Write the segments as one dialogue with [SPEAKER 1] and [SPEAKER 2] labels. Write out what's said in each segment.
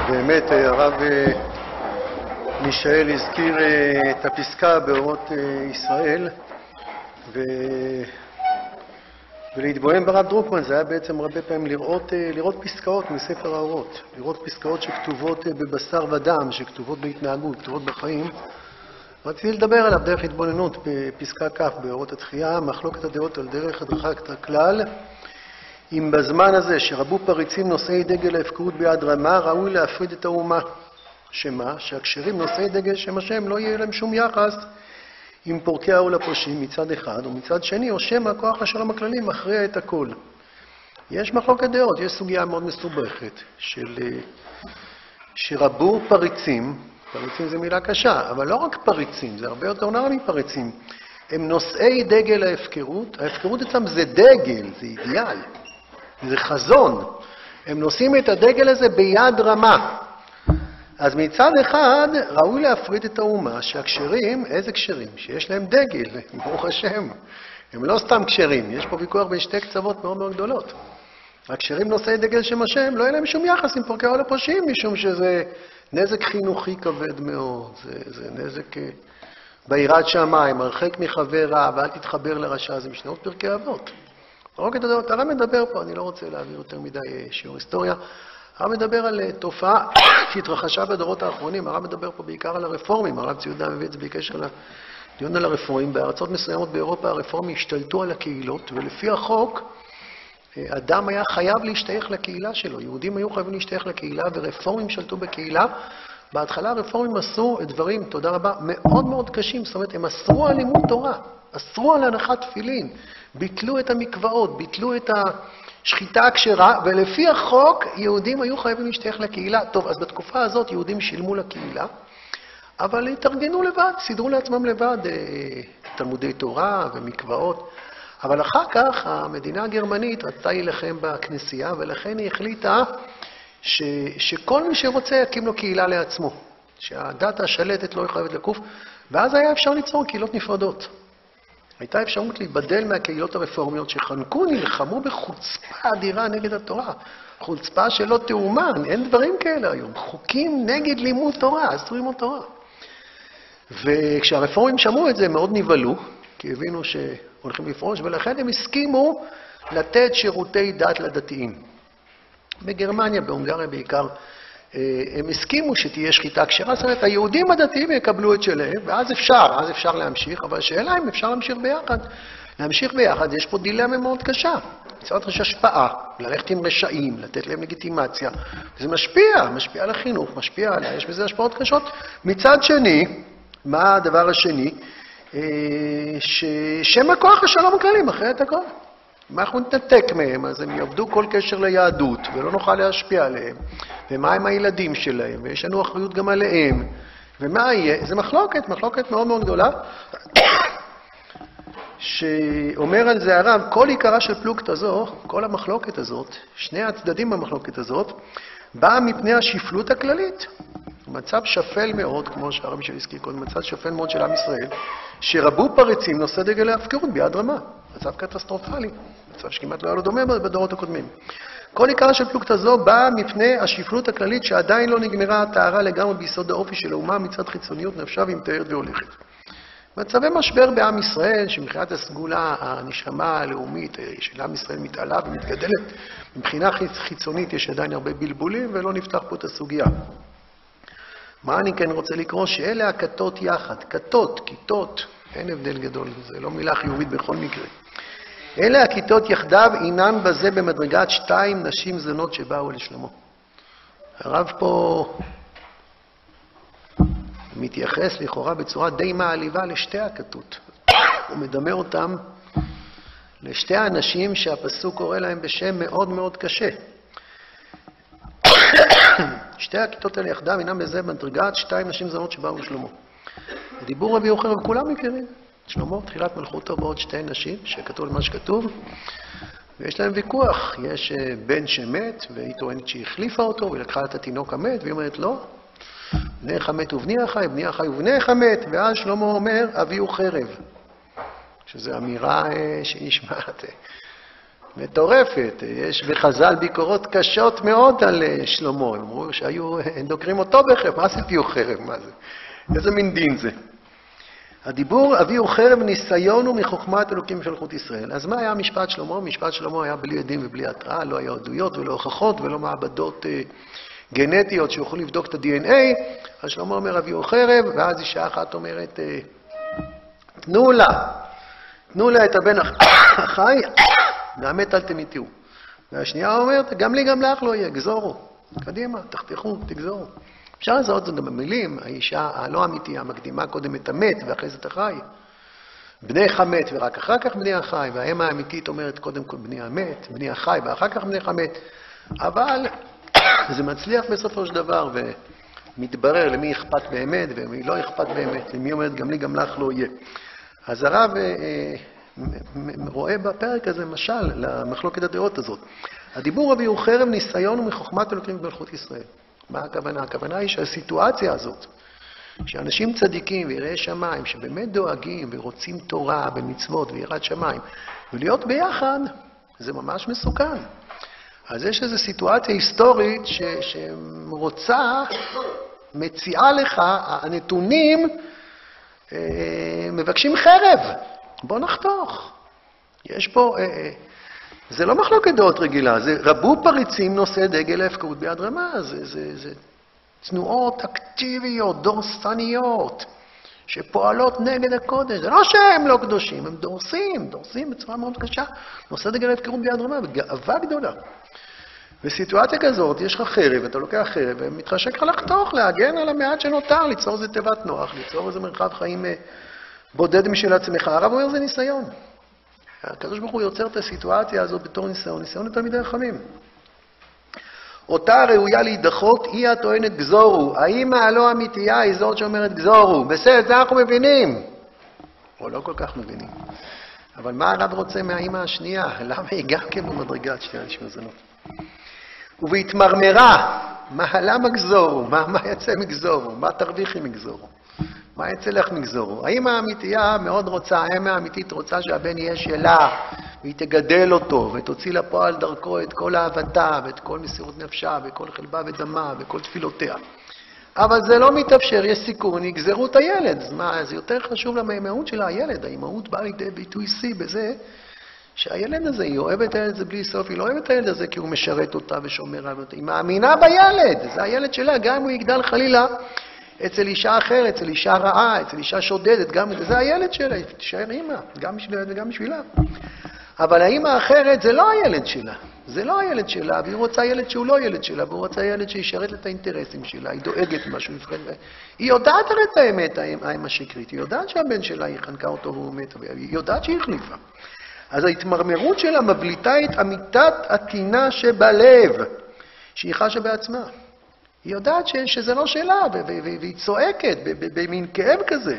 [SPEAKER 1] באמת הרב מישאל הזכיר את הפסקה באורות ישראל, ולהתבונן ברב דרוקמן זה היה בעצם הרבה פעמים לראות פסקאות מספר האורות, לראות פסקאות שכתובות בבשר ודם, שכתובות בהתנהגות, כתובות בחיים. רציתי לדבר עליו דרך התבוננות בפסקה כ' באורות התחייה, מחלוקת הדעות על דרך הדרכת הכלל. אם בזמן הזה שרבו פריצים נושאי דגל ההפקרות ביד רמה, ראוי להפריד את האומה. שמה? שהכשרים נושאי דגל שם השם לא יהיה להם שום יחס עם פורקי העול הפושעים מצד אחד, ומצד שני, או שמא כוח השלום הכללי מכריע את הכל. יש מחלוקת דעות, יש סוגיה מאוד מסובכת שרבו פריצים, פריצים זה מילה קשה, אבל לא רק פריצים, זה הרבה יותר נורא מפריצים. הם נושאי דגל ההפקרות, ההפקרות אצלם זה דגל, זה אידיאל, זה חזון. הם נושאים את הדגל הזה ביד רמה. אז מצד אחד ראוי להפריד את האומה שהכשרים, איזה כשרים? שיש להם דגל, ברוך השם. הם לא סתם כשרים, יש פה ויכוח בין שתי קצוות מאוד מאוד גדולות. הכשרים נושאי דגל שם השם, לא יהיה להם שום יחס עם פורקי העול הפושעים, משום שזה נזק חינוכי כבד מאוד, זה נזק ביראת שמיים, הרחק מחבר רע ואל תתחבר לרשע, זה משניות פרקי אבות. רק את הדעות, הרב מדבר פה, אני לא רוצה להעביר יותר מדי שיעור היסטוריה, הרב מדבר על תופעה שהתרחשה בדורות האחרונים, הרב מדבר פה בעיקר על הרפורמים, הרב ציודה מביא את זה בקשר לדיון על הרפורמים, בארצות מסוימות באירופה הרפורמים השתלטו על הקהילות, ולפי החוק, אדם היה חייב להשתייך לקהילה שלו, יהודים היו חייבים להשתייך לקהילה, ורפורמים שלטו בקהילה. בהתחלה הרפורמים עשו דברים, תודה רבה, מאוד מאוד קשים, זאת אומרת, הם אסרו על לימוד תורה, אסרו על הנחת תפילין, ביטלו את המקוואות, ביטלו את השחיטה הכשרה, ולפי החוק יהודים היו חייבים להשתייך לקהילה. טוב, אז בתקופה הזאת יהודים שילמו לקהילה, אבל התארגנו לבד, סידרו לעצמם לבד תלמודי תורה ומקוואות. אבל אחר כך המדינה הגרמנית רצתה להילחם בכנסייה, ולכן היא החליטה שכל מי שרוצה יקים לו קהילה לעצמו, שהדת השלטת לא חייבת לקוף, ואז היה אפשר ליצור קהילות נפרדות. הייתה אפשרות להיבדל מהקהילות הרפורמיות שחנקו, נלחמו בחוצפה אדירה נגד התורה, חוצפה שלא תאומן, אין דברים כאלה היום, חוקים נגד לימוד תורה, אסור ללמוד תורה. וכשהרפורמים שמעו את זה מאוד נבהלו, כי הבינו שהולכים לפרוש, ולכן הם הסכימו לתת שירותי דת לדתיים. בגרמניה, בהונגריה בעיקר, הם הסכימו שתהיה שחיטה כשרה, זאת אומרת, היהודים הדתיים יקבלו את שלהם, ואז אפשר להמשיך, אבל השאלה אם אפשר להמשיך ביחד, יש פה דילמה מאוד קשה. מצד יש השפעה, ללכת עם רשעים, לתת להם לגיטימציה, וזה משפיע על החינוך, משפיע עליה, יש בזה השפעות קשות. מצד שני, מה הדבר השני? ששם הכוח השלום הכללי מכריע את הכל. אם אנחנו נתנתק מהם, אז הם יאבדו כל קשר ליהדות, ולא נוכל להשפיע עליהם. ומה עם הילדים שלהם, ויש לנו אחריות גם עליהם. ומה יהיה? זה מחלוקת מאוד מאוד גדולה, שאומר על זה הרב, כל עיקרה של פלוגת הזו, כל המחלוקת הזאת, שני הצדדים במחלוקת הזאת, באה מפני השפלות הכללית. מצב שפל מאוד, כמו שהרב מישאל הזכיר קודם, מצב שפל מאוד של עם ישראל, שרבו פריצים נושא דגל ההפקרות ביד רמה. מצב קטסטרופלי, מצב שכמעט לא היה לו דומה בדורות הקודמים. כל עיקרה של פלוגת הזו באה מפני השפלות הכללית שעדיין לא נגמרה הטהרה לגמרי ביסוד האופי של האומה מצד חיצוניות נפשה והיא מתארת והולכת. מצבי משבר בעם ישראל, שמבחינת הסגולה, הנשמה הלאומית של עם ישראל מתעלה ומתגדלת, מבחינה חיצונית יש עדיין הרבה בלבולים ולא נפתח פה את הסוגיה. מה אני כן רוצה לקרוא? שאלה הכתות יחד. כיתות, אין הבדל גדול, זה לא מילה חיובית בכל מקרה. אלה הכיתות יחדיו אינן בזה במדרגת 2 נשים זונות שבאו לשלמה. הרב פה מתייחס לכאורה בצורה די מעליבה לשתי הכתות. הוא מדמה אותם לשתי האנשים שהפסוק קורא להם בשם מאוד מאוד קשה. שתי הכיתות האלה יחדיו אינם בזה במדרגת 2 נשים זונות שבאו לשלמה. דיבור רבי יוחנן וכולם מכירים. שלמה, תחילת מלכותו בעוד 2 נשים, שכתוב למה שכתוב, ויש להם ויכוח. יש בן שמת, והיא טוענת שהיא החליפה אותו, והיא לקחה את התינוק המת, והיא אומרת לא, בניך מת ובני החי, בני החי ובניך מת, ואז שלמה אומר, אביהו חרב, שזו אמירה שנשמעת מטורפת. יש בחז"ל ביקורות קשות מאוד על שלמה. הם אמרו שהיו דוקרים אותו בחרב. מה עשיתי חרב? מה זה? איזה מין דין זה? הדיבור הביאו חרב ניסיון ומחוכמת אלוקים ושלחות ישראל. אז מה היה משפט שלמה? משפט שלמה היה בלי עדים ובלי התראה, לא היה עדויות ולא הוכחות ולא מעבדות גנטיות שיוכלו לבדוק את ה-DNA. אז שלמה אומר הביאו חרב, ואז אישה אחת אומרת, תנו לה את הבן החי, והמת אל תמיתהו. והשנייה אומרת, גם לי גם לך לא יהיה, גזורו. קדימה, תחתכו, תגזורו. אפשר לזהות זאת גם במילים, האישה הלא אמיתייה מקדימה קודם את המת ואחרי זה את החי. בני המת ורק אחר כך בני החי, והאם האמיתית אומרת קודם כל בני המת, בני החי ואחר כך בני המת. אבל זה מצליח בסופו של דבר ומתברר למי אכפת באמת ומי לא אכפת באמת, למי אומרת גם לי גם לך לא יהיה. אז הרב רואה בפרק הזה משל למחלוקת הדעות הזאת. הדיבור הביאו חרב ניסיון ומחוכמת אלוקים ומלכות ישראל. מה הכוונה? הכוונה היא שהסיטואציה הזאת, שאנשים צדיקים ויראי שמיים, שבאמת דואגים ורוצים תורה ומצוות ויראת שמיים, ולהיות ביחד, זה ממש מסוכן. אז יש איזו סיטואציה היסטורית שרוצה, מציעה לך, הנתונים מבקשים חרב. בוא נחתוך. יש פה... זה לא מחלוקת דעות רגילה, זה רבו פריצים נושא דגל ההפקרות ביד רמה, זה תנועות אקטיביות, דורסניות, שפועלות נגד הקודש. זה לא שהם לא קדושים, הם דורסים בצורה מאוד קשה, נושא דגל ההפקרות ביד רמה, בגאווה גדולה. בסיטואציה כזאת, יש לך חרב, אתה לוקח חרב, ומתחשק לך לחתוך, להגן על המעט שנותר, ליצור איזה תיבת נוח, ליצור איזה מרחב חיים בודד משל עצמך. הרב אומר, זה ניסיון. הקדוש ברוך הוא יוצר את הסיטואציה הזאת בתור ניסיון לתלמידי חכמים. אותה ראויה להידחות, היא הטוענת גזורו. האמא הלא אמיתייה היא זאת שאומרת גזורו. בסדר, זה אנחנו מבינים. או לא כל כך מבינים. אבל מה הרב רוצה מהאמא השנייה? למה היא גם כן במדרגת שנייה לשמזנות? ובהתמרמרה, למה גזורו? מה יצא מגזורו? מה תרוויחי מגזורו? מה יצא לך מגזורו? האמא האמיתייה מאוד רוצה, האמא האמיתית רוצה שהבן יהיה שלה, והיא תגדל אותו, ותוציא לפועל דרכו את כל אהבתה, ואת כל מסירות נפשה, וכל חלבה ודמה, וכל תפילותיה. אבל זה לא מתאפשר, יש סיכון, יגזרו את הילד. אז מה, זה יותר חשוב למהות של הילד. האימהות באה לידי ביטוי שיא בזה, שהילד הזה, היא אוהבת את הילד הזה בלי סוף, היא לא אוהבת את הילד הזה כי הוא משרת אותה ושומר על אותה. היא מאמינה בילד, זה הילד שלה, גם אם הוא יגדל חלילה, אצל אישה אחרת, אצל אישה רעה, אצל אישה שודדת, גם זה הילד שלה, היא תישאר אימא, גם בשבילה וגם בשבילה. אבל האימא האחרת זה לא הילד שלה, זה לא הילד שלה, והיא רוצה ילד שהוא לא ילד שלה, והוא רוצה ילד שישרת את האינטרסים שלה, היא דואגת משהו, היא יודעת הרי את האמת, האמא שקרית, היא יודעת שהבן שלה היא חנקה אותו והוא מת, היא יודעת שהיא החליפה. אז ההתמרמרות שלה מבליטה את אמיתת התינה שבלב, שהיא חשה בעצמה. היא יודעת שזה לא שלה, והיא צועקת במין כאב כזה.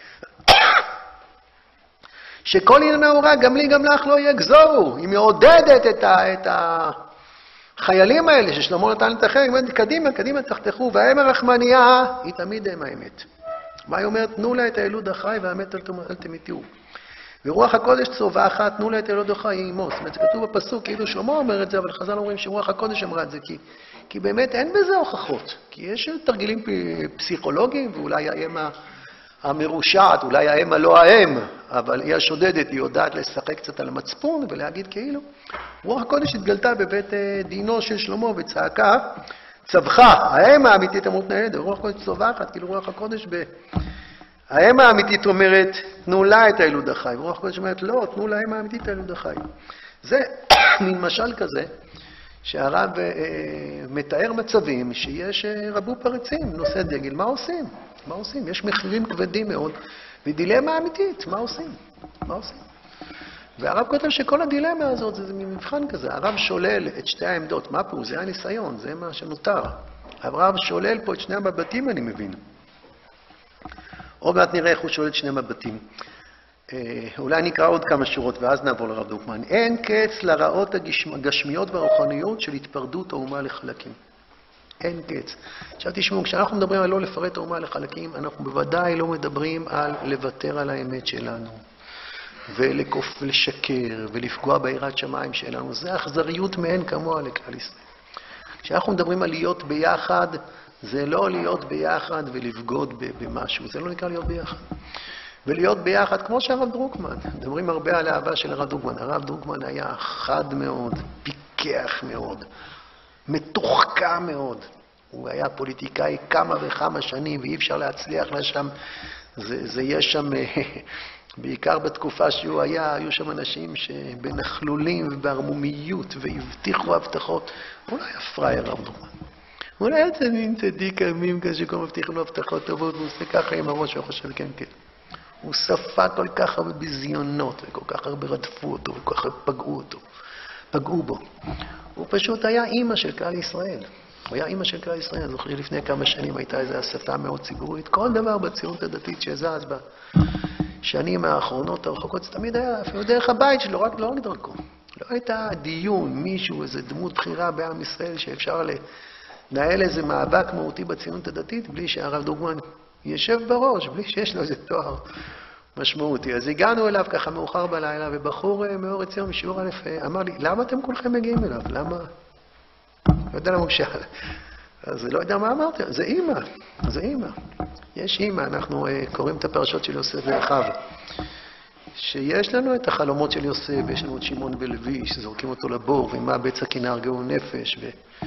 [SPEAKER 1] שכל עניינה הוא רע, גם לי גם לך לא יגזורו. היא מעודדת את החיילים האלה ששלמה נתן את החרב, היא אומרת, קדימה, תחתכו, והאם הרחמניה היא תמיד אם האמת. מה היא אומרת? תנו לה את הילוד החי והאמת אל תמיתהו. ורוח הקודש צווחת, תנו לה את הילוד החי היא אמו. זאת אומרת, זה כתוב בפסוק, כאילו שלמה אומר את זה, אבל חז"ל אומרים שרוח הקודש אמרה את זה, כי באמת אין בזה הוכחות. כי יש תרגילים פסיכולוגיים, ואולי האם המרושעת, אולי האם הלא האם, אבל היא השודדת, היא יודעת לשחק קצת על המצפון ולהגיד כאילו. רוח הקודש התגלתה בבית דינו של שלמה וצעקה, צווחה, האם האמיתית אמרות נהלת, ורוח הקודש צווחת, כאילו רוח הקודש האם האמיתית אומרת, תנו לה את הילוד החי, ורוח הקודש אומרת, לא, תנו לה האם האמיתית את הילוד החי. זה מין משל כזה, שהרב מתאר מצבים שיש רבו פריצים, נושא דגל, מה עושים? מה עושים? יש מחירים כבדים מאוד, ודילמה אמיתית, מה עושים? מה עושים? והרב כותב שכל הדילמה הזאת זה מבחן כזה, הרב שולל את שתי העמדות, מה פה? זה הניסיון, זה מה שנותר. הרב שולל פה את שני המבטים, אני מבין. עוד מעט נראה איך הוא שולל את שני מבטים. אולי נקרא עוד כמה שורות ואז נעבור לרב דרוקמן. אין קץ לרעות הגשמיות והרוחניות של התפרדות האומה לחלקים. אין קץ. עכשיו תשמעו, כשאנחנו מדברים על לא לפרט האומה לחלקים, אנחנו בוודאי לא מדברים על לוותר על האמת שלנו. ולקוף ולשקר ולפגוע ביראת שמיים שלנו. זה אכזריות מאין כמוה לכלל ישראל. כשאנחנו מדברים על להיות ביחד, זה לא להיות ביחד ולבגוד במשהו, זה לא נקרא להיות ביחד. ולהיות ביחד, כמו שהרב דרוקמן, מדברים הרבה על האהבה של הרב דרוקמן. הרב דרוקמן היה חד מאוד, פיקח מאוד, מתוחכם מאוד. הוא היה פוליטיקאי כמה וכמה שנים, ואי אפשר להצליח לשם. זה יש שם, בעיקר בתקופה שהוא היה, היו שם אנשים שבנחלולים ובערמומיות, והבטיחו הבטחות. הוא לא היה פראייר, הרב דרוקמן. הוא לא היה תמים צדיק עמים כזה שכל מבטיחים לו הבטחות טובות, והוא עושה ככה עם הראש וחושב כן כן. הוא ספק כל כך הרבה בזיונות, וכל כך הרבה רדפו אותו, וכל כך הרבה פגעו בו. הוא פשוט היה אימא של כלל ישראל. הוא היה אימא של כלל ישראל. אני זוכר לפני כמה שנים הייתה איזו הסתה מאוד ציבורית. כל דבר בציונות הדתית שזז בשנים האחרונות הרחוקות, זה תמיד היה, אפילו דרך הבית שלו, רק לא דרכו. לא הייתה דיון, מישהו, איזו דמות בחירה בעם ישראל שאפשר לנהל איזה מאבק מהותי בציונות הדתית, בלי שהרב דרוקמן ישב בראש, בלי שיש לו איזה תואר משמעותי. אז הגענו אליו ככה מאוחר בלילה, ובחור מאור עציון משיעור א' אמר לי, למה אתם כולכם מגיעים אליו? למה? לא יודע למה הוא שאל. אז לא יודע מה אמרתי, זה אימא, זה אימא. יש אימא, אנחנו קוראים את הפרשות של יוסף ואחיו. שיש לנו את החלומות של יוסף, ויש לנו את שמעון ולוי, שזורקים אותו לבור, ומה בצע כנער גאון נפש,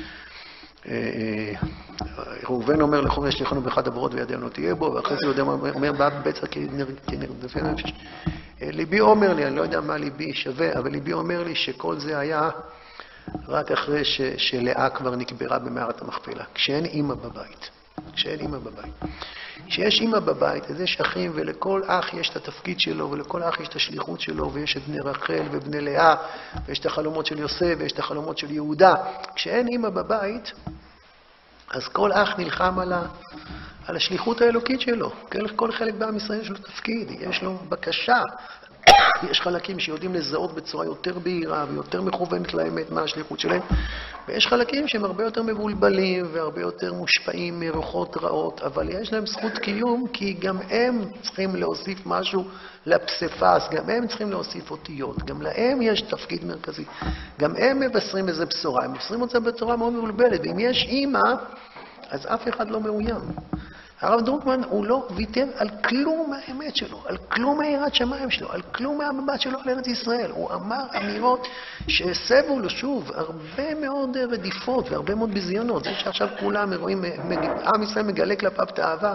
[SPEAKER 1] ראובן אומר לחום ישליכנו באחד הבורות וידינו תהיה בו, ואחרי זה יודע אומר בצע כנרדפי נפש. ליבי אומר לי, אני לא יודע מה ליבי שווה, אבל ליבי אומר לי שכל זה היה רק אחרי שלאה כבר נקברה במערת המכפלה, כשאין אימא בבית. כשאין אימא בבית. כשיש אימא בבית, אז יש אחים, ולכל אח יש את התפקיד שלו, ולכל אח יש את השליחות שלו, ויש את בני רחל ובני לאה, ויש את החלומות של יוסף, ויש את החלומות של יהודה. כשאין אימא בבית, אז כל אח נלחם על השליחות האלוקית שלו. כל חלק בעם ישראל יש לו תפקיד, יש לו בקשה. יש חלקים שיודעים לזהות בצורה יותר בהירה ויותר מכוונת לאמת מה השליחות שלהם, ויש חלקים שהם הרבה יותר מבולבלים והרבה יותר מושפעים מרוחות רעות, אבל יש להם זכות קיום כי גם הם צריכים להוסיף משהו לפסיפס, גם הם צריכים להוסיף אותיות, גם להם יש תפקיד מרכזי, גם הם מבשרים איזה בשורה, הם מבשרים אותה בצורה מאוד מבולבלת, ואם יש אימא, אז אף אחד לא מאוים. הרב דרוקמן הוא לא ויתר על כלום מהאמת שלו, על כלום מהיראת שמיים שלו, על כלום מהמבט שלו על ארץ ישראל. הוא אמר אמירות שהסבו לו שוב הרבה מאוד רדיפות והרבה מאוד בזיונות. זה שעכשיו כולם רואים, עם ישראל מגלה כלפיו את האהבה.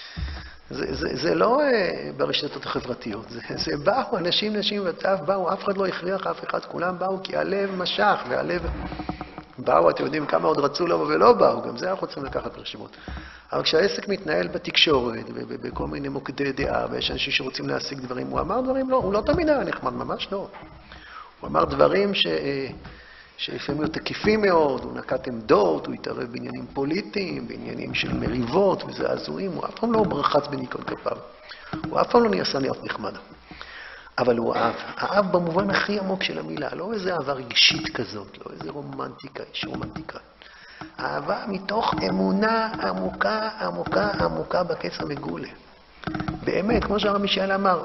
[SPEAKER 1] זה לא ברשתות החברתיות, זה באו אנשים, נשים וטף, באו, אף אחד לא הכריח אף אחד, כולם באו כי הלב משך והלב... באו, אתם יודעים כמה עוד רצו לבוא ולא באו, גם זה אנחנו צריכים לקחת ברשימות. אבל כשהעסק מתנהל בתקשורת ובכל מיני מוקדי דעה, ויש אנשים שרוצים להשיג דברים, הוא אמר דברים לא, הוא לא תמיד היה נחמד, ממש לא. הוא אמר דברים שלפעמים היו תקיפים מאוד, הוא נקט עמדות, הוא התערב בעניינים פוליטיים, בעניינים של מריבות וזעזועים, הוא אף פעם לא מרחץ בניקות כפיו. הוא אף פעם לא נעשה להיות נחמד. אבל הוא אהב במובן הכי עמוק של המילה, לא איזו אהבה רגשית כזאת, לא איזו רומנטיקה, איש רומנטיקה. אהבה מתוך אמונה עמוקה, עמוקה, עמוקה בקץ המגולה. באמת, כמו שהרב מישאל אמר,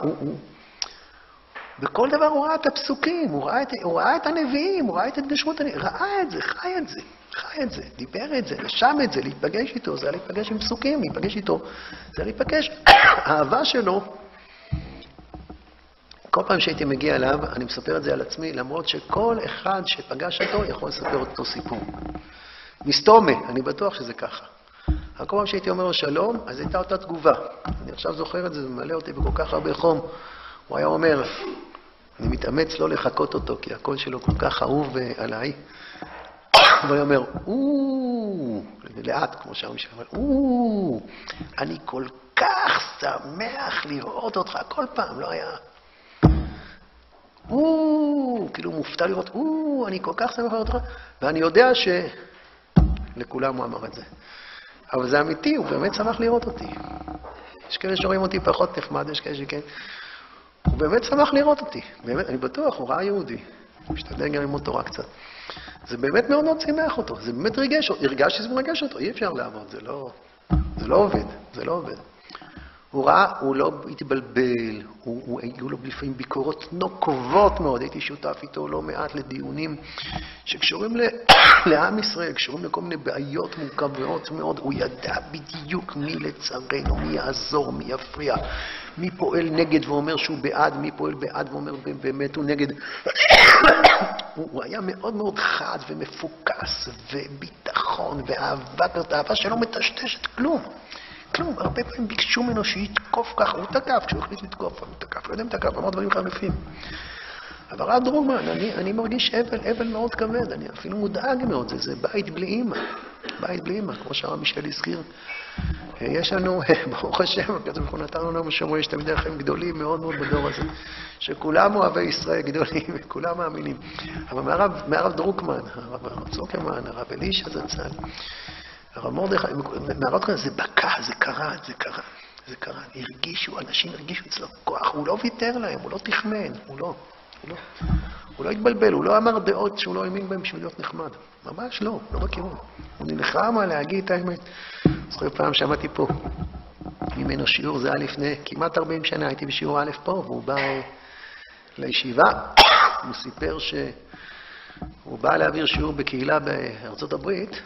[SPEAKER 1] בכל דבר הוא ראה את הפסוקים, הוא ראה את הנביאים, הוא ראה את התגשמות הנביאים, ראה את זה, חי את זה, דיבר את זה, נשם את זה, להיפגש איתו, זה היה להיפגש עם פסוקים, להיפגש איתו, זה היה להיפגש. האהבה שלו, כל פעם שהייתי מגיע אליו, אני מספר את זה על עצמי, למרות שכל אחד שפגש אותו יכול לספר אותו סיפור. מסתומה, אני בטוח שזה ככה. אבל כל פעם שהייתי אומר לו שלום, אז הייתה אותה תגובה. אני עכשיו זוכר את זה, זה ממלא אותי בכל כך הרבה חום. הוא היה אומר, אני מתאמץ לא לחכות אותו, כי הקול שלו כל כך אהוב עליי. הוא היה אומר, לאט, כמו שהרב שאמר, אני כל כך שמח לראות אותך, כל פעם, לא היה... כאילו מופתע לראות, אני כל כך שמח לראות אותך, ואני יודע שלכולם הוא אמר את זה. אבל זה אמיתי, הוא באמת שמח לראות אותי. יש כאלה שרואים אותי פחות נחמד, יש כאלה שכן. הוא באמת שמח לראות אותי. באמת, אני בטוח, הוא ראה יהודי. משתדל גם ללמוד תורה קצת. זה באמת מאוד מאוד שימח אותו. זה באמת ריגש אותו. הרגש שזה מרגש אותו. אי אפשר לעבוד, זה לא עובד. זה לא עובד. הוא ראה, הוא לא התבלבל, היו לו לפעמים ביקורות נוקבות מאוד, הייתי שותף איתו לא מעט לדיונים שקשורים לעם ישראל, קשורים לכל מיני בעיות מורכבות מאוד, הוא ידע בדיוק מי לצרנו, מי יעזור, מי יפריע, מי פועל נגד ואומר שהוא בעד, מי פועל בעד ואומר באמת הוא נגד. הוא היה מאוד מאוד חד ומפוקס וביטחון ואהבה שלא מטשטשת כלום. כלום, הרבה פעמים ביקשו ממנו שיתקוף ככה, הוא תקף, כשהוא החליט לתקוף, הוא תקף, לא יודע אם תקף, אמר דברים חריפים. אבל הרב דרוקמן, אני מרגיש אבל מאוד כבד, אני אפילו מודאג מאוד, זה בית בלי אמא, בית בלי אמא, כמו שהרב מישאל הזכיר. יש לנו, ברוך השם, כתוב אנחנו נתנו לנו משמעו, יש תלמידי חיים גדולים מאוד מאוד בדור הזה, שכולם אוהבי ישראל גדולים וכולם מאמינים. אבל מהרב דרוקמן, הרב צוקרמן, הרב אלישע זצ"ל, הרב מרדכי, מהרב דרוקמן, זה בקע, זה קרה, אנשים הרגישו אצלו כוח, הוא לא ויתר להם, הוא לא תכמן, הוא לא התבלבל, הוא לא אמר דעות שהוא לא האמין בהם בשביל להיות נחמד. ממש לא בכיוון. הוא נלחם על להגיד את האמת. זוכר פעם שמעתי פה ממנו שיעור, זה היה לפני כמעט 40 שנה, הייתי בשיעור א' פה, והוא בא לישיבה, הוא סיפר שהוא בא להעביר שיעור בקהילה בארצות הברית,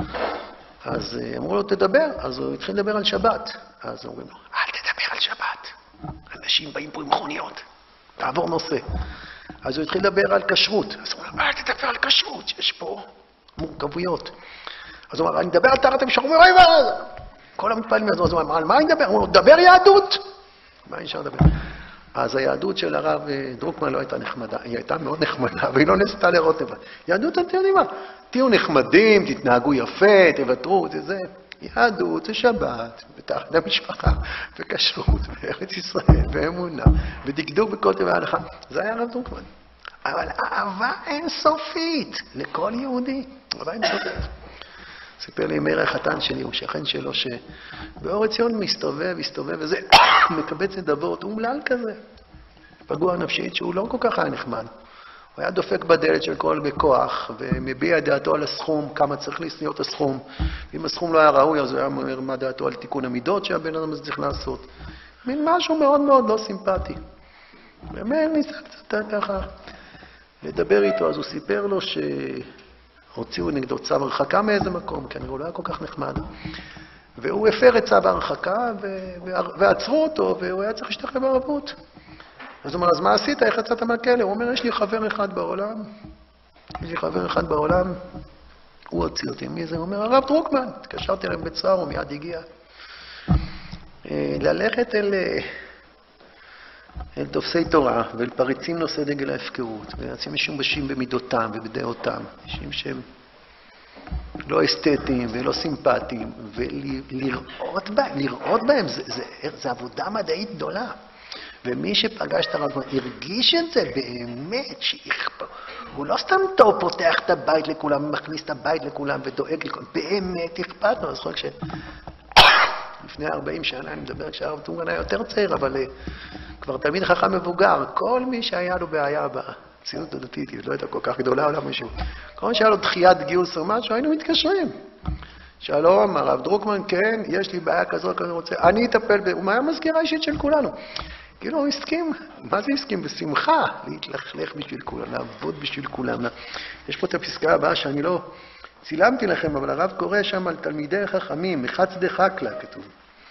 [SPEAKER 1] אז אמרו לו תדבר, אז הוא התחיל לדבר על שבת. אז אומרים לו, אל תדבר על שבת, אנשים באים פה עם מכוניות, תעבור נושא. אז הוא התחיל לדבר על כשרות. אז הוא אומר, אל תדבר על כשרות, יש פה מורכבויות. אז הוא אומר, אני מדבר על טהרת המשפחה. הוא אומר, כל המתפעלים, אז הוא אומר, על מה אני מדבר? הוא אומר, דבר יהדות. מה אפשר לדבר? אז היהדות של הרב דרוקמן לא הייתה נחמדה. היא הייתה מאוד נחמדה, והיא לא נסתה לראות לבד. יהדות, אתם יודעים מה? תהיו נחמדים, תתנהגו יפה, תוותרו, זה. יהדות זה שבת, בטהרת המשפחה, וכשרות, בארץ ישראל, ואמונה, ודקדוק בכל טבע ההלכה. זה היה הרב דרוקמן. אבל אהבה אינסופית לכל יהודי. אהבה אינסופית. סיפר לי מאיר החתן שלי, הוא שכן שלו, שבאור עציון מסתובב, וזה מקבץ נדבות, הוא מלל כזה. פגוע נפשית שהוא לא כל כך היה נחמד. הוא היה דופק בדלת של כל בכוח, ומביע דעתו על הסכום, כמה צריך להיות הסכום. אם הסכום לא היה ראוי, אז הוא היה אומר מה דעתו על תיקון המידות שהבן אדם הזה צריך לעשות. מין משהו מאוד מאוד לא סימפטי. ומאיר ניסה קצת ככה לדבר איתו, אז הוא סיפר לו שהוציאו נגדו צו הרחקה מאיזה מקום, כי הוא לא היה כל כך נחמד. והוא הפר את צו ההרחקה, ועצרו אותו, והוא היה צריך להשתחרר בערבות. אז הוא אומר, אז מה עשית? איך יצאת מהכלא? הוא אומר, יש לי חבר אחד בעולם, הוא הוציא אותי. מי זה? הוא אומר, הרב דרוקמן. התקשרתי אליהם בצער, הוא מיד הגיע. ללכת אל תופסי תורה ואל פריצים נושאי דגל ההפקרות, ואנשים משומשים במידותם ובדעותם, אנשים שהם לא אסתטיים ולא סימפטיים, ולראות בהם, זה עבודה מדעית גדולה. ומי שפגש את הרב הרגיש את זה באמת, הוא לא סתם טוב פותח את הבית לכולם, מכניס את הבית לכולם ודואג לכולם, באמת אכפת לו. אז חושב לפני 40 שנה, אני מדבר כשהרב דרוקמן היה יותר צעיר, אבל כבר תלמיד חכם מבוגר, כל מי שהיה לו בעיה בציונות הדתית, היא לא הייתה כל כך גדולה או לא משהו, כל מי שהיה לו דחיית גיוס או משהו, היינו מתקשרים. שלום, הרב דרוקמן, כן, יש לי בעיה כזאת, אני רוצה, אני אטפל, הוא היה מזכירה אישית של כולנו. כאילו הוא הסכים, מה זה הסכים? בשמחה, להתלכלך בשביל כולם, לעבוד בשביל כולם. יש פה את הפסקה הבאה שאני לא צילמתי לכם, אבל הרב קורא שם על תלמידי חכמים, מחצדי חקלה כתוב.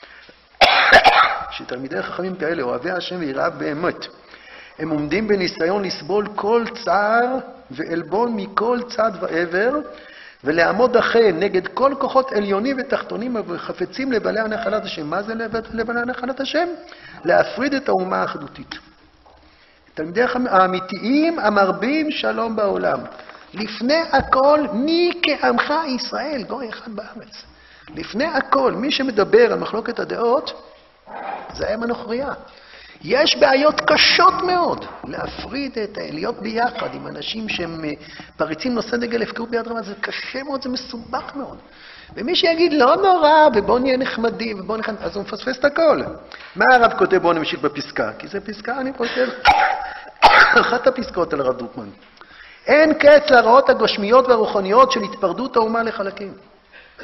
[SPEAKER 1] שתלמידי חכמים כאלה, אוהבי השם ויראיו באמת, הם עומדים בניסיון לסבול כל צער ועלבון מכל צד ועבר, ולעמוד אחריהם נגד כל כוחות עליונים ותחתונים וחפצים לבעלי הנחלת השם. מה זה לבעלי הנחלת השם? להפריד את האומה האחדותית. תלמידי האמיתיים המרבים שלום בעולם. לפני הכל, מי כעמך ישראל, גוי אחד בארץ. לפני הכל, מי שמדבר על מחלוקת הדעות, זה הם הנוכריה. יש בעיות קשות מאוד להפריד להיות ביחד עם אנשים שהם פריצים נושא דגל הפקרות ביד רמה, זה קשה מאוד, זה מסובך מאוד. ומי שיגיד לא נורא ובוא נהיה נחמדים ובוא נחמד, אז הוא מפספס את הכל. מה הרב כותב? בואו נמשיך בפסקה, כי זה פסקה, אני חושב, אחת הפסקאות על הרב דרוקמן. אין קץ להרעות הגשמיות והרוחניות של התפרדות האומה לחלקים.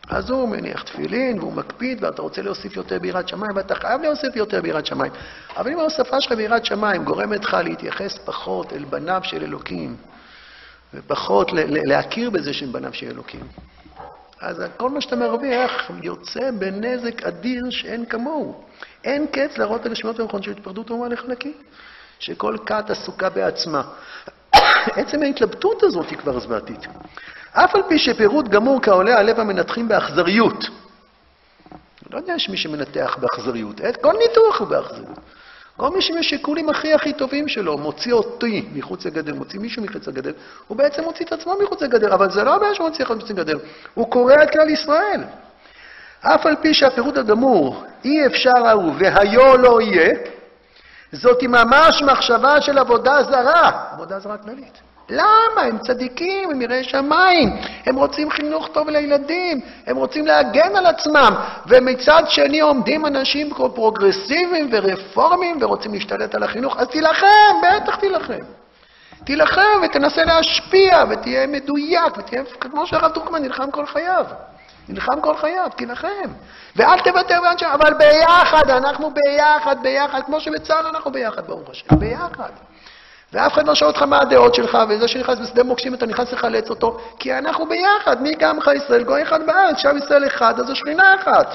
[SPEAKER 1] אז הוא מניח תפילין והוא מקפיד, ואתה רוצה להוסיף יותר ביראת שמיים, ואתה חייב להוסיף יותר ביראת שמיים. אבל אם ההוספה שלך ביראת שמיים גורמת לך להתייחס פחות אל בניו של אלוקים, ופחות להכיר בזה שהם בניו של אלוקים, אז כל מה שאתה מרוויח יוצא בנזק אדיר שאין כמוהו. אין קץ להראות על השמות ומכון של התפרדות אומה לחלקים, שכל כת עסוקה בעצמה. עצם ההתלבטות הזאת היא כבר זוועתית. אף על פי שפירוט גמור כעולה על לב המנתחים באכזריות. לא יודע שמי שמנתח באכזריות, כל ניתוח הוא באכזריות. כל מי שהשיקולים הכי טובים שלו מוציא אותי מחוץ לגדר, מוציא מישהו מחוץ לגדר, הוא בעצם מוציא את עצמו מחוץ לגדר, אבל זה לא הבעיה שהוא מוציא מחוץ לגדר, הוא קורא את כלל ישראל. אף על פי שהפירוט הגמור אי אפשר ההוא והיו לא יהיה, זאת ממש מחשבה של עבודה זרה, עבודה זרה כללית. למה? הם צדיקים, הם יראי שמיים, הם רוצים חינוך טוב לילדים, הם רוצים להגן על עצמם, ומצד שני עומדים אנשים פרוגרסיביים ורפורמים ורוצים להשתלט על החינוך, אז תילחם, בטח תילחם. תילחם ותנסה להשפיע ותהיה מדויק, ותהיה כמו שהרב דרוקמן נלחם כל חייו. נלחם כל חייו, תילחם. ואל תוותר באנשם, אבל ביחד, אנחנו ביחד, כמו שבצה"ל אנחנו ביחד, ברוך השם, ביחד. ואף אחד לא שואל אותך מה הדעות שלך, וזה שנכנס בשדה מוקשים אתה נכנס לחלץ אותו, כי אנחנו ביחד, מי כעמך ישראל, גוי אחד בארץ, שם ישראל אחד, אז זו שכינה אחת.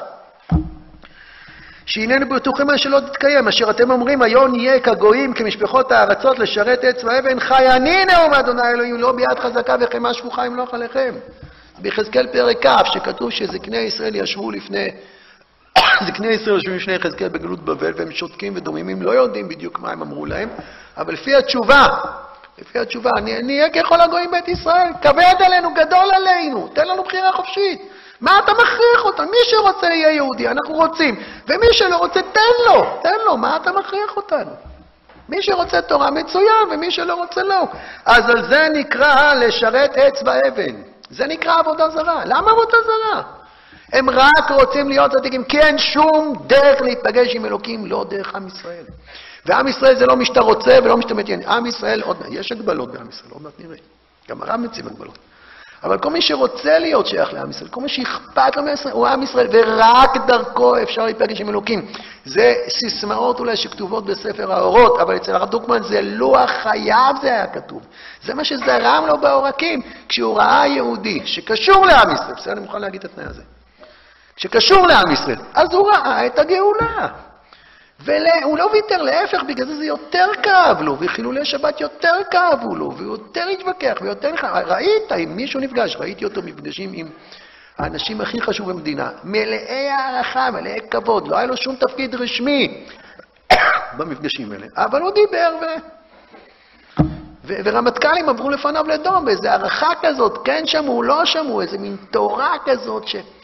[SPEAKER 1] שהננו בטוחים מה שלא תתקיים, אשר אתם אומרים, היום נהיה כגויים, כמשפחות הארצות, לשרת עץ ואבן, חי אני נאום אדוני אלוהים, לא ביד חזקה וחמה שפוכה ימלוך עליכם. ביחזקאל פרק כ' שכתוב שזקני ישראל ישבו לפני, זקני ישראל יושבים לפני יחזקאל בגלות בבל, והם שותקים ודוממים, לא יודעים בדיוק מה הם אמרו להם, אבל לפי התשובה, נהיה ככל הגויים בית ישראל, כבד עלינו, גדול עלינו, תן לנו בחירה חופשית. מה אתה מכריח אותנו? מי שרוצה יהיה יהודי, אנחנו רוצים, ומי שלא רוצה, תן לו, מה אתה מכריח אותנו? מי שרוצה תורה מצוין, ומי שלא רוצה לא. אז על זה נקרא לשרת עץ ואבן. זה נקרא עבודה זרה. למה עבודה זרה? הם רק רוצים להיות צדיקים, כי אין שום דרך להתפגש עם אלוקים, לא דרך עם ישראל. ועם ישראל זה לא מי שאתה רוצה ולא מי שאתה מתעניין. עם ישראל, יש הגבלות בעם ישראל, עוד מעט נראה. גם הרב מציב הגבלות. אבל כל מי שרוצה להיות שייך לעם ישראל, כל מי שאכפת לו מישראל, הוא עם ישראל, ורק דרכו אפשר להיפגש עם אלוקים. זה סיסמאות אולי שכתובות בספר האורות, אבל אצל הרב דרוקמן זה לוח חייו זה היה כתוב. זה מה שזרם לו בעורקים, כשהוא ראה יהודי שקשור לעם ישראל, בסדר, אני מוכן להגיד את התנאי הזה. שקשור לעם ישראל, אז הוא ראה את הגאולה. והוא לא ויתר, להפך, בגלל זה יותר כאב לו, וחילולי שבת יותר כאבו לו, ויותר התווכח, ויותר ראית, אם מישהו נפגש, ראיתי אותו מפגשים עם האנשים הכי חשובים במדינה, מלאי הערכה, מלאי כבוד, לא היה לו שום תפקיד רשמי במפגשים האלה, אבל הוא דיבר ורמטכ"לים עברו לפניו לדום, באיזו הערכה כזאת, כן שמעו, לא שמעו, איזו מין תורה כזאת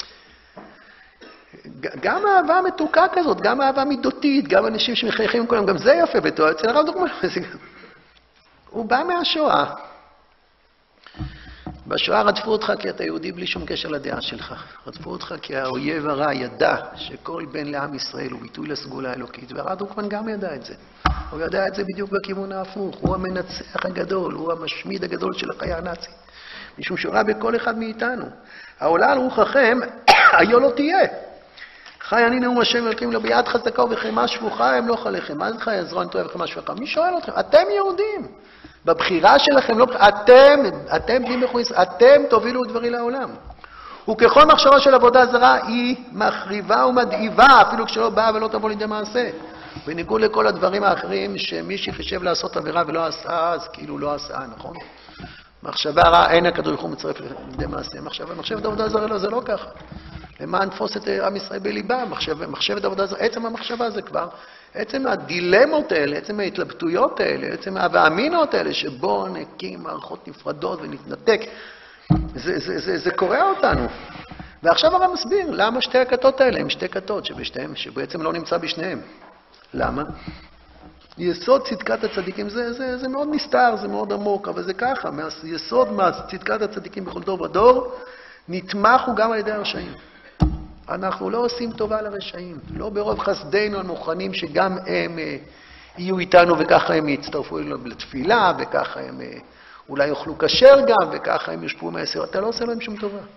[SPEAKER 1] גם אהבה מתוקה כזאת, גם אהבה מידותית, גם אנשים שמחייכים כולם, גם זה יפה בתורה. אצל הרב דרוקמן, הוא בא מהשואה. בשואה רדפו אותך כי אתה יהודי בלי שום קשר לדעה שלך. רדפו אותך כי האויב הרע ידע שכל בן לעם ישראל הוא ביטוי לסגולה האלוקית, והרב דרוקמן גם ידע את זה. הוא ידע את זה בדיוק בכיוון ההפוך. הוא המנצח הגדול, הוא המשמיד הגדול של החיה הנאצית. משום שהוא ראה בכל אחד מאיתנו. העולה על רוחכם, היו לא תהיה. חי אני נאום השם אלוקים לו ביד חזקה ובחמה שפוכה ימלוך עליכם. מה זה חי עזרון טועה וחמה שפוכה? מי שואל אתכם? אתם יהודים. בבחירה שלכם, לא, אתם בני מחו ישראל, אתם תובילו דברי לעולם. וככל מחשבה של עבודה זרה היא מחריבה ומדאיבה, אפילו כשלא באה ולא תבוא לידי מעשה. בניגוד לכל הדברים האחרים שמי שחישב לעשות עבירה ולא עשה, אז כאילו לא עשה, נכון? מחשבה רעה, אין הקדוש ברוך הוא מצרף לידי מעשה. מחשבת עבודה זרה לא, זה לא ככה. למען תפוס את עם ישראל בליבה, מחשבת עבודה זרה, עצם המחשבה זה כבר, עצם הדילמות האלה, עצם ההתלבטויות האלה, עצם האמינות האלה, שבו נקים מערכות נפרדות ונתנתק, זה קורא אותנו. ועכשיו הרב מסביר, למה שתי הכתות האלה הם שתי כתות שבעצם לא נמצא בשניהם. למה? יסוד צדקת הצדיקים, זה מאוד נסתר, זה מאוד עמוק, אבל זה ככה, יסוד צדקת הצדיקים בכל דור ודור, נתמך הוא גם על ידי הרשעים. אנחנו לא עושים טובה לרשעים, לא ברוב חסדינו המוכנים שגם הם יהיו איתנו וככה הם יצטרפו אלינו לתפילה, וככה הם אולי יאכלו כשר גם, וככה הם יושפעו מהסר. אתה לא עושה להם שום טובה.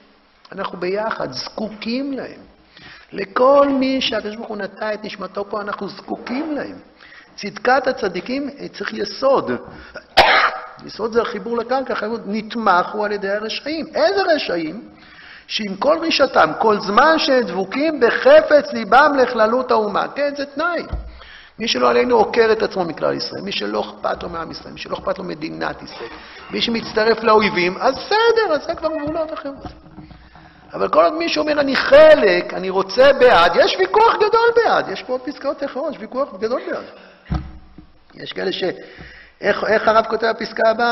[SPEAKER 1] אנחנו ביחד, זקוקים להם. לכל מי שהקדוש ברוך הוא נטע את נשמתו פה, אנחנו זקוקים להם. צדקת הצדיקים צריך יסוד. יסוד זה החיבור לקרקע, נתמכו על ידי הרשעים. איזה רשעים? שעם כל רישתם, כל זמן שהם דבוקים בחפץ ליבם לכללות האומה. כן, זה תנאי. מי שלא עלינו עוקר את עצמו מכלל ישראל, מי שלא אכפת לו מעם ישראל, מי שלא אכפת לו מדינת ישראל, מי שמצטרף לאויבים, אז בסדר, אז זה כבר גבולות אחרות. אבל כל עוד מי שאומר אני חלק, אני רוצה בעד, יש ויכוח גדול בעד, יש פה עוד פסקאות אחרות, יש ויכוח גדול בעד. יש כאלה איך הרב כותב הפסקה הבאה?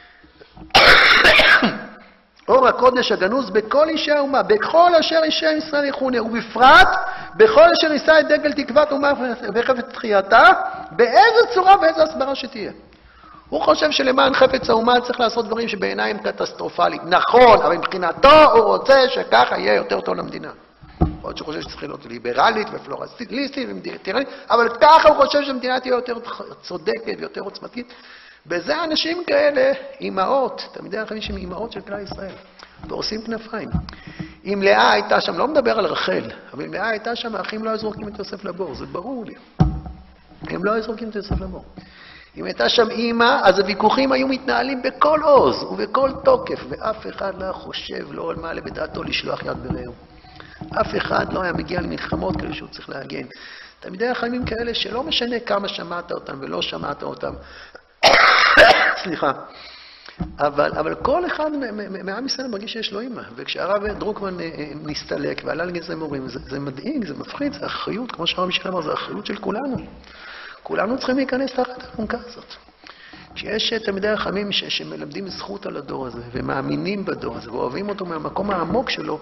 [SPEAKER 1] אור הקודש הגנוז בכל אישי האומה, בכל אשר אישי ישראל יכונה, ובפרט בכל אשר יישא את דגל תקוות אומה וחפץ תחייתה, באיזה צורה ואיזה הסברה שתהיה. הוא חושב שלמען חפץ האומה צריך לעשות דברים שבעיניים קטסטרופליים. נכון, אבל מבחינתו הוא רוצה שככה יהיה יותר טוב למדינה. עוד שהוא חושב שצריך להיות ליברלית ופלורליסטית ומדיטרנית, אבל ככה הוא חושב שהמדינה תהיה יותר צודקת ויותר עוצמתית. בזה אנשים כאלה, אימהות, תלמידי החיים שהם אימהות של כלל ישראל, ועושים כנפיים. אם לאה הייתה שם, לא מדבר על רחל, אבל אם לאה הייתה שם, האחים לא היו זורקים את יוסף לבור, זה ברור לי. הם לא היו זורקים את יוסף לבור. אם הייתה שם אימא, אז הוויכוחים היו מתנהלים בכל עוז ובכל תוקף, ואף אחד לא חושב, לא מעלה בדעתו לשלוח יד ברעהו. אף אחד לא היה מגיע למלחמות כאלה שהוא צריך להגן. תלמידי החיים כאלה שלא משנה כמה שמעת אותם ולא שמעת אותם, סליחה. אבל כל אחד מעם ישראל מרגיש שיש לו אימא. וכשהרב דרוקמן נסתלק ועלה לגזי מורים, זה מדאיג, זה מפחיד, זה אחריות, כמו שהרב מישל אמר, זה אחריות של כולנו. כולנו צריכים להיכנס תחת האלונקה הזאת. כשיש תלמידי החכמים שמלמדים זכות על הדור הזה, ומאמינים בדור הזה, ואוהבים אותו מהמקום העמוק שלו,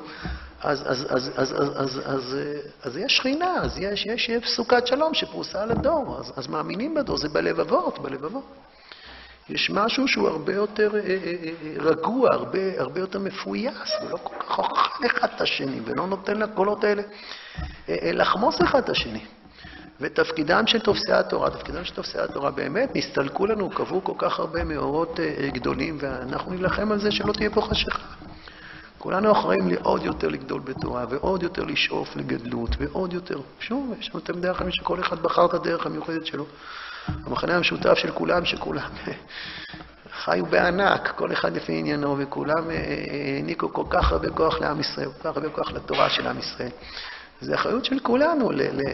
[SPEAKER 1] אז יש שכינה, אז יש סוכת שלום שפרוסה על הדור, אז מאמינים בדור, זה בלבבות. יש משהו שהוא הרבה יותר רגוע, הרבה יותר מפויס, ולא כל כך אוכל אחד את השני, ולא נותן לקולות האלה לחמוס אחד את השני. ותפקידם של תופסי התורה, באמת נסתלקו לנו, קבעו כל כך הרבה מאורות גדולים, ואנחנו נלחם על זה שלא תהיה פה חשיכה. כולנו אחראים לעוד יותר לגדול בתורה, ועוד יותר לשאוף לגדלות, ועוד יותר. שוב, יש לנו תלמידי החיים שכל אחד בחר את הדרך המיוחדת שלו. המחנה המשותף של כולם, שכולם חיו בענק, כל אחד לפי עניינו, וכולם העניקו כל כך הרבה כוח לעם ישראל, כל כך הרבה כוח לתורה של עם ישראל. זה אחריות של כולנו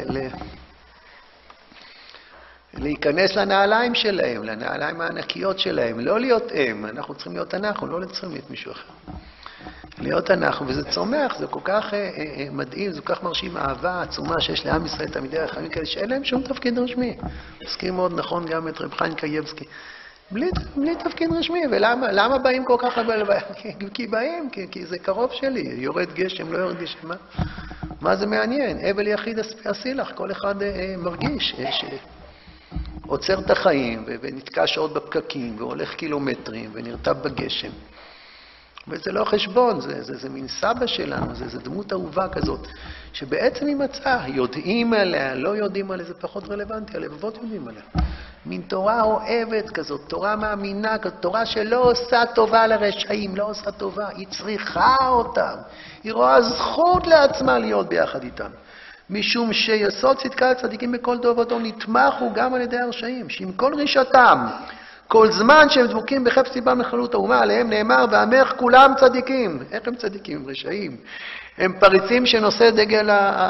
[SPEAKER 1] להיכנס לנעליים שלהם, לנעליים הענקיות שלהם, לא להיות הם, אנחנו צריכים להיות אנחנו, לא צריכים להיות מישהו אחר. להיות אנחנו, וזה צומח, זה כל כך מדהים, זה כל כך מרשים אהבה עצומה שיש לעם ישראל, תלמידי החיים כאלה, שאין להם שום תפקיד רשמי. מסכים מאוד נכון גם את רב חיים קייבסקי. בלי תפקיד רשמי, ולמה באים כל כך הרבה? כי באים, כי זה קרוב שלי, יורד גשם, לא יורד גשם, מה זה מעניין? אבל יחיד הסילח, כל אחד מרגיש עוצר את החיים, ונתקע שעות בפקקים, והולך קילומטרים, ונרטב בגשם. וזה לא חשבון, זה מין סבא שלנו, זה דמות אהובה כזאת, שבעצם היא מצאה, יודעים עליה, לא יודעים עליה, זה פחות רלוונטי, הלבבות יודעים עליה. מין תורה אוהבת כזאת, תורה מאמינה כזאת, תורה שלא עושה טובה לרשעים, לא עושה טובה, היא צריכה אותם, היא רואה זכות לעצמה להיות ביחד איתם. משום שיסוד צדקת הצדיקים בכל דור ודור נתמכו גם על ידי הרשעים, שעם כל רישתם, כל זמן שהם דבוקים בחפץ ליבם לכללות האומה, עליהם נאמר, ואמך כולם צדיקים. איך הם צדיקים? הם רשעים. הם פריצים שנושא דגל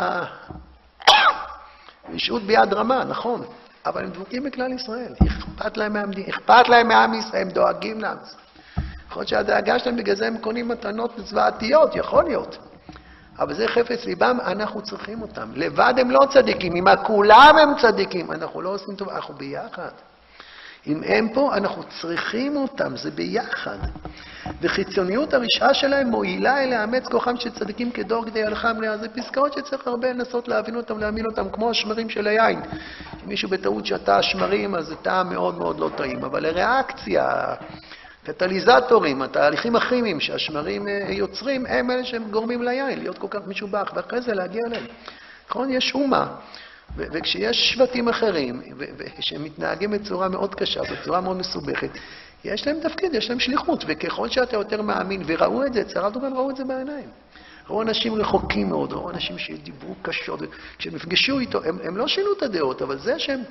[SPEAKER 1] הרשעות ביד רמה, נכון. אבל הם דבוקים בכלל ישראל. אכפת להם מהמדינה, אכפת להם מעם ישראל, הם דואגים לעם ישראל. יכול להיות שהדאגה שלהם בגלל זה הם קונים מתנות צבאתיות, יכול להיות. אבל זה חפץ ליבם, אנחנו צריכים אותם. לבד הם לא צדיקים, אם כולם הם צדיקים, אנחנו לא עושים טוב, אנחנו ביחד. אם הם פה, אנחנו צריכים אותם, זה ביחד. וחיצוניות הרשעה שלהם מועילה אל לאמץ כוחם של צדיקים כדור כדי הלכה מלאה. זה פסקאות שצריך הרבה לנסות להבין אותם, להאמין אותם, כמו השמרים של היין. אם מישהו בטעות שתה השמרים, אז זה טעם מאוד מאוד לא טעים. אבל הריאקציה, קטליזטורים, התהליכים הכימיים שהשמרים יוצרים, הם אלה שהם גורמים ליין, להיות כל כך משובח, ואחרי זה להגיע אליהם. נכון? יש אומה. וכשיש שבטים אחרים, שמתנהגים בצורה מאוד קשה, בצורה מאוד מסובכת, יש להם תפקיד, יש להם שליחות, וככל שאתה יותר מאמין, וראו את זה, אצל הרב דרוקמן ראו את זה בעיניים. ראו אנשים רחוקים מאוד, ראו אנשים שדיברו קשות, כשהם נפגשו איתו, הם לא שינו את הדעות, אבל זה שהם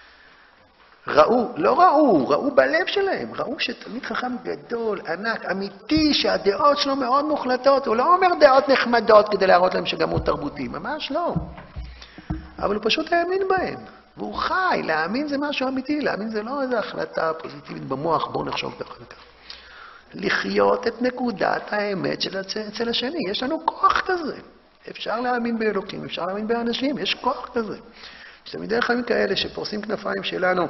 [SPEAKER 1] ראו, לא ראו בלב שלהם, ראו שתלמיד חכם גדול, ענק, אמיתי, שהדעות שלו מאוד מוחלטות, הוא לא אומר דעות נחמדות כדי להראות להם שגם הוא תרבותי, ממש לא. אבל הוא פשוט האמין בהם, והוא חי, להאמין זה משהו אמיתי, להאמין זה לא איזו החלטה פוזיטיבית במוח, בואו נחשוב ככה וכך. לחיות את נקודת האמת של אצל השני, יש לנו כוח כזה. אפשר להאמין באלוקים, אפשר להאמין באנשים, יש כוח כזה. יש תלמידי חכמים כאלה שפורסים כנפיים שלנו,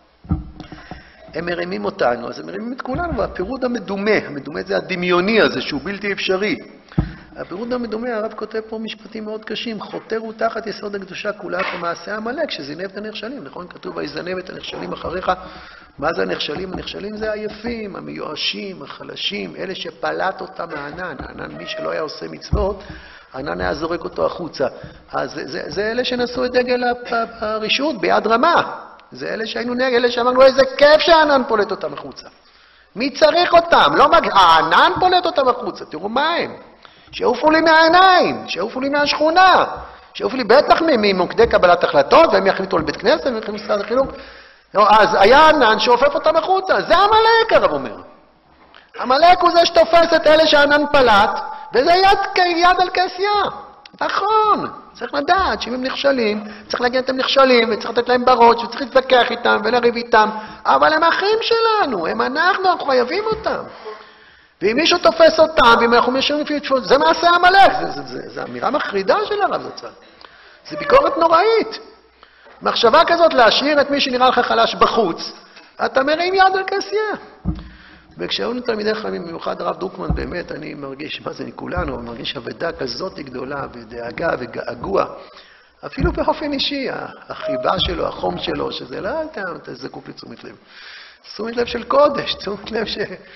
[SPEAKER 1] הם מרימים אותנו, אז הם מרימים את כולנו, והפירוד המדומה זה הדמיוני הזה, שהוא בלתי אפשרי. הפירוד המדומה, הרב כותב פה משפטים מאוד קשים, חותר הוא תחת יסוד הקדושה כולה כמעשה עמלק, שזינב את הנחשלים, נכון? כתוב, ויזנב את הנחשלים אחריך. מה זה הנחשלים? הנחשלים זה היפים, המיואשים, החלשים, אלה שפלט אותם מהענן. הענן, מי שלא היה עושה מצוות, הענן היה זורק אותו החוצה. אז זה אלה שנשאו את דגל הרשות ביד רמה. זה אלה שהיינו נגד, אלה שאמרנו, איזה כיף שהענן פולט אותם החוצה. מי צריך אותם? הענן פולט אותם החוצה, תראו מה הם. שעופו לי מהעיניים, שעופו לי מהשכונה, שעופו לי בטח ממוקדי קבלת החלטות, והם יחליטו על בית כנסת, והם יחליטו משרד החינוך. אז היה ענן שעופף אותם החוצה, זה עמלק, הרב אומר. עמלק הוא זה שתופס את אלה שהענן פלט, וזה יד על כעשייה. נכון, צריך לדעת שאם הם נכשלים, צריך להגיד את הם נכשלים, וצריך לתת להם בראש, וצריך להתווכח איתם ולריב איתם, אבל הם אחים שלנו, אנחנו חייבים אותם. ואם מישהו תופס אותם, ואם אנחנו משאירים לפי תפוס, זה מעשה עמלק, זה אמירה מחרידה של הרב זצ"ל. זה ביקורת נוראית. מחשבה כזאת להשאיר את מי שנראה לך חלש בחוץ, אתה מרים יד על כעשייה. וכשהיו תלמידי חכמים, במיוחד הרב דרוקמן, באמת אני מרגיש, מה זה כולנו, אני מרגיש אבדה כזאת גדולה, ודאגה וגעגוע. אפילו באופן אישי, החיבה שלו, החום שלו, שזה לא תזקוק לתשומת לב. תשומת לב של קודש, תשומת לב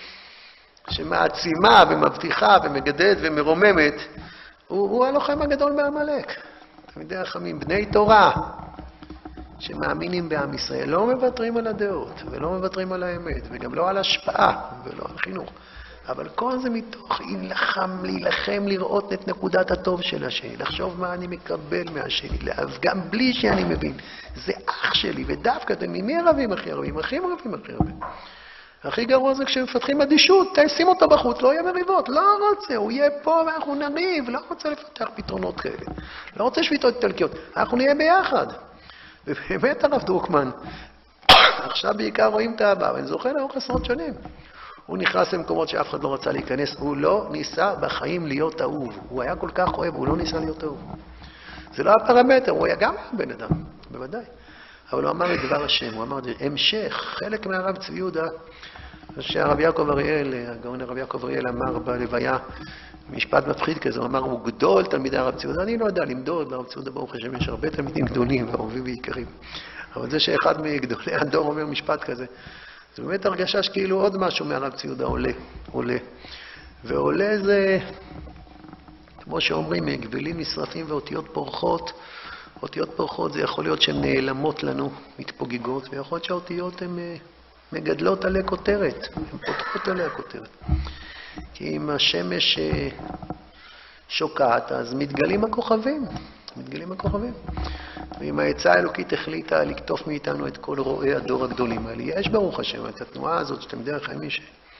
[SPEAKER 1] שמעצימה ומבטיחה ומגדלת ומרוממת, הוא הלוחם הגדול בעמלק. תלמידי חכמים, בני תורה, שמאמינים בעם ישראל, לא מוותרים על הדעות, ולא מוותרים על האמת, וגם לא על השפעה, ולא על חינוך. אבל כל זה מתוך להילחם, לראות את נקודת הטוב של השני, לחשוב מה אני מקבל מהשני, גם בלי שאני מבין. זה אח שלי, ודווקא אתם ממי רבים הכי רבים? אחים רבים הכי רבים. הכי גרוע זה כשמפתחים אדישות, תשים אותו בחוץ, לא יהיה מריבות, לא רוצה, הוא יהיה פה ואנחנו נריב, לא רוצה לפתח פתרונות כאלה, לא רוצה שביתות איטלקיות, אנחנו נהיה ביחד. ובאמת הרב דרוקמן, עכשיו בעיקר רואים את הבא, ואני זוכר לאורך עשרות שנים. הוא נכנס למקומות שאף אחד לא רצה להיכנס, הוא לא ניסה בחיים להיות אהוב, הוא היה כל כך אוהב, הוא לא ניסה להיות אהוב. זה לא הפרמטר, הוא היה גם בן אדם, בוודאי. אבל הוא אמר את דבר השם, הוא אמר, המשך, חלק מהרב צבי יהודה, שהרב יעקב אריאל, הגאון הרב יעקב אריאל אמר בלוויה, משפט מפחיד כזה, הוא אמר, הוא גדול תלמידי הרב צבי יהודה, אני לא יודע למדוד, ברב צבי יהודה ברוך השם יש הרבה תלמידים גדולים ואהובים ויקרים, אבל זה שאחד מגדולי הדור אומר משפט כזה, זה באמת הרגשה שכאילו עוד משהו מהרב צבי יהודה עולה, ועולה זה, כמו שאומרים, גבלים נשרפים ואותיות פורחות, אותיות פורחות זה יכול להיות שהן נעלמות לנו, מתפוגגות, ויכול להיות שהאותיות הן מגדלות עלי כותרת, הן פותחות עלי הכותרת. כי אם השמש שוקעת, אז מתגלים הכוכבים, ואם העצה האלוקית החליטה לקטוף מאיתנו את כל רואי הדור הגדולים האלה, יש ברוך השם את התנועה הזאת שאתם דרך הימי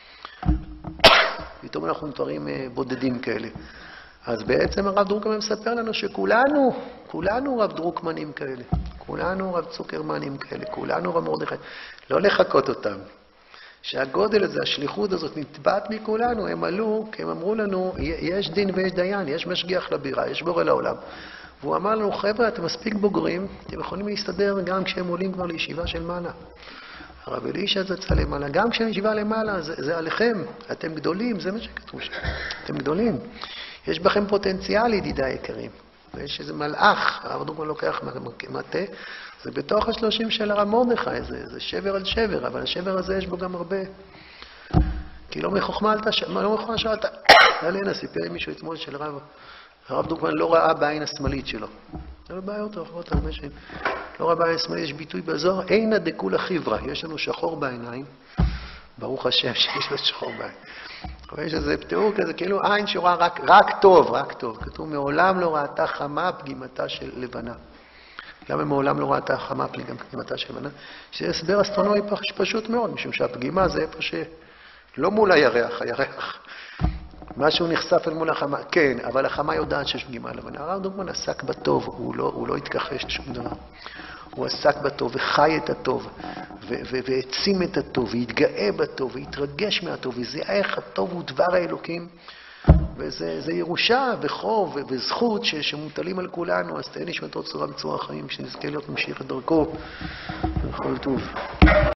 [SPEAKER 1] פתאום אנחנו דברים בודדים כאלה. אז בעצם הרב דרוקמן מספר לנו שכולנו רב דרוקמנים כאלה, כולנו רב צוקרמנים כאלה, כולנו רב מרדכי, לא לחכות אותם. שהגודל הזה, השליחות הזאת נטבעת מכולנו, הם עלו, כי הם אמרו לנו, יש דין ויש דיין, יש משגיח לבירה, יש בורא לעולם. והוא אמר לנו, חבר'ה, אתם מספיק בוגרים, אתם יכולים להסתדר גם כשהם עולים כבר לישיבה של מעלה. הרב אלישע זצ"ל למעלה, גם כשהם ישיבה למעלה, זה עליכם, אתם גדולים, זה מה שכתוב שם, אתם גדולים. יש בכם פוטנציאל, ידידיי יקרים. ויש איזה מלאך, הרב דרוקמן לוקח מטה, זה בתוך 30 של הרב מרדכי, זה שבר על שבר, אבל השבר הזה יש בו גם הרבה. כי לא מחוכמה שאלת, עלינה, סיפר עם מישהו אתמול של הרב דרוקמן לא ראה בעין השמאלית שלו. זה לא בעיות רחבות הרבה שנים. לא ראה בעין השמאלית, יש ביטוי בזוהר, אין הדקול החיברה, יש לנו שחור בעיניים, ברוך השם שיש לו שחור בעין. יש איזה תיאור כזה, כאילו עין שרואה רק טוב, רק טוב. כתוב, מעולם לא ראתה חמה פגימתה של לבנה. למה מעולם לא ראתה חמה פגימתה של לבנה? שזה הסבר אסטרונומי פשוט מאוד, משום שהפגימה זה איפה שלא מול הירח, הירח. משהו נחשף אל מול החמה, כן, אבל החמה יודעת שיש פגימה לבנה. הרב דרוקמן עסק בטוב, הוא לא התכחש לשום דבר. הוא עסק בטוב וחי את הטוב, והעצים את הטוב, והתגאה בטוב, והתרגש מהטוב, וזה איך הטוב הוא דבר האלוקים, וזה ירושה וחוב וזכות שמוטלים על כולנו, אז תהא נשמתו צורה בצורה החיים, שנזכה להיות ממשיך את דרכו, וכל טוב.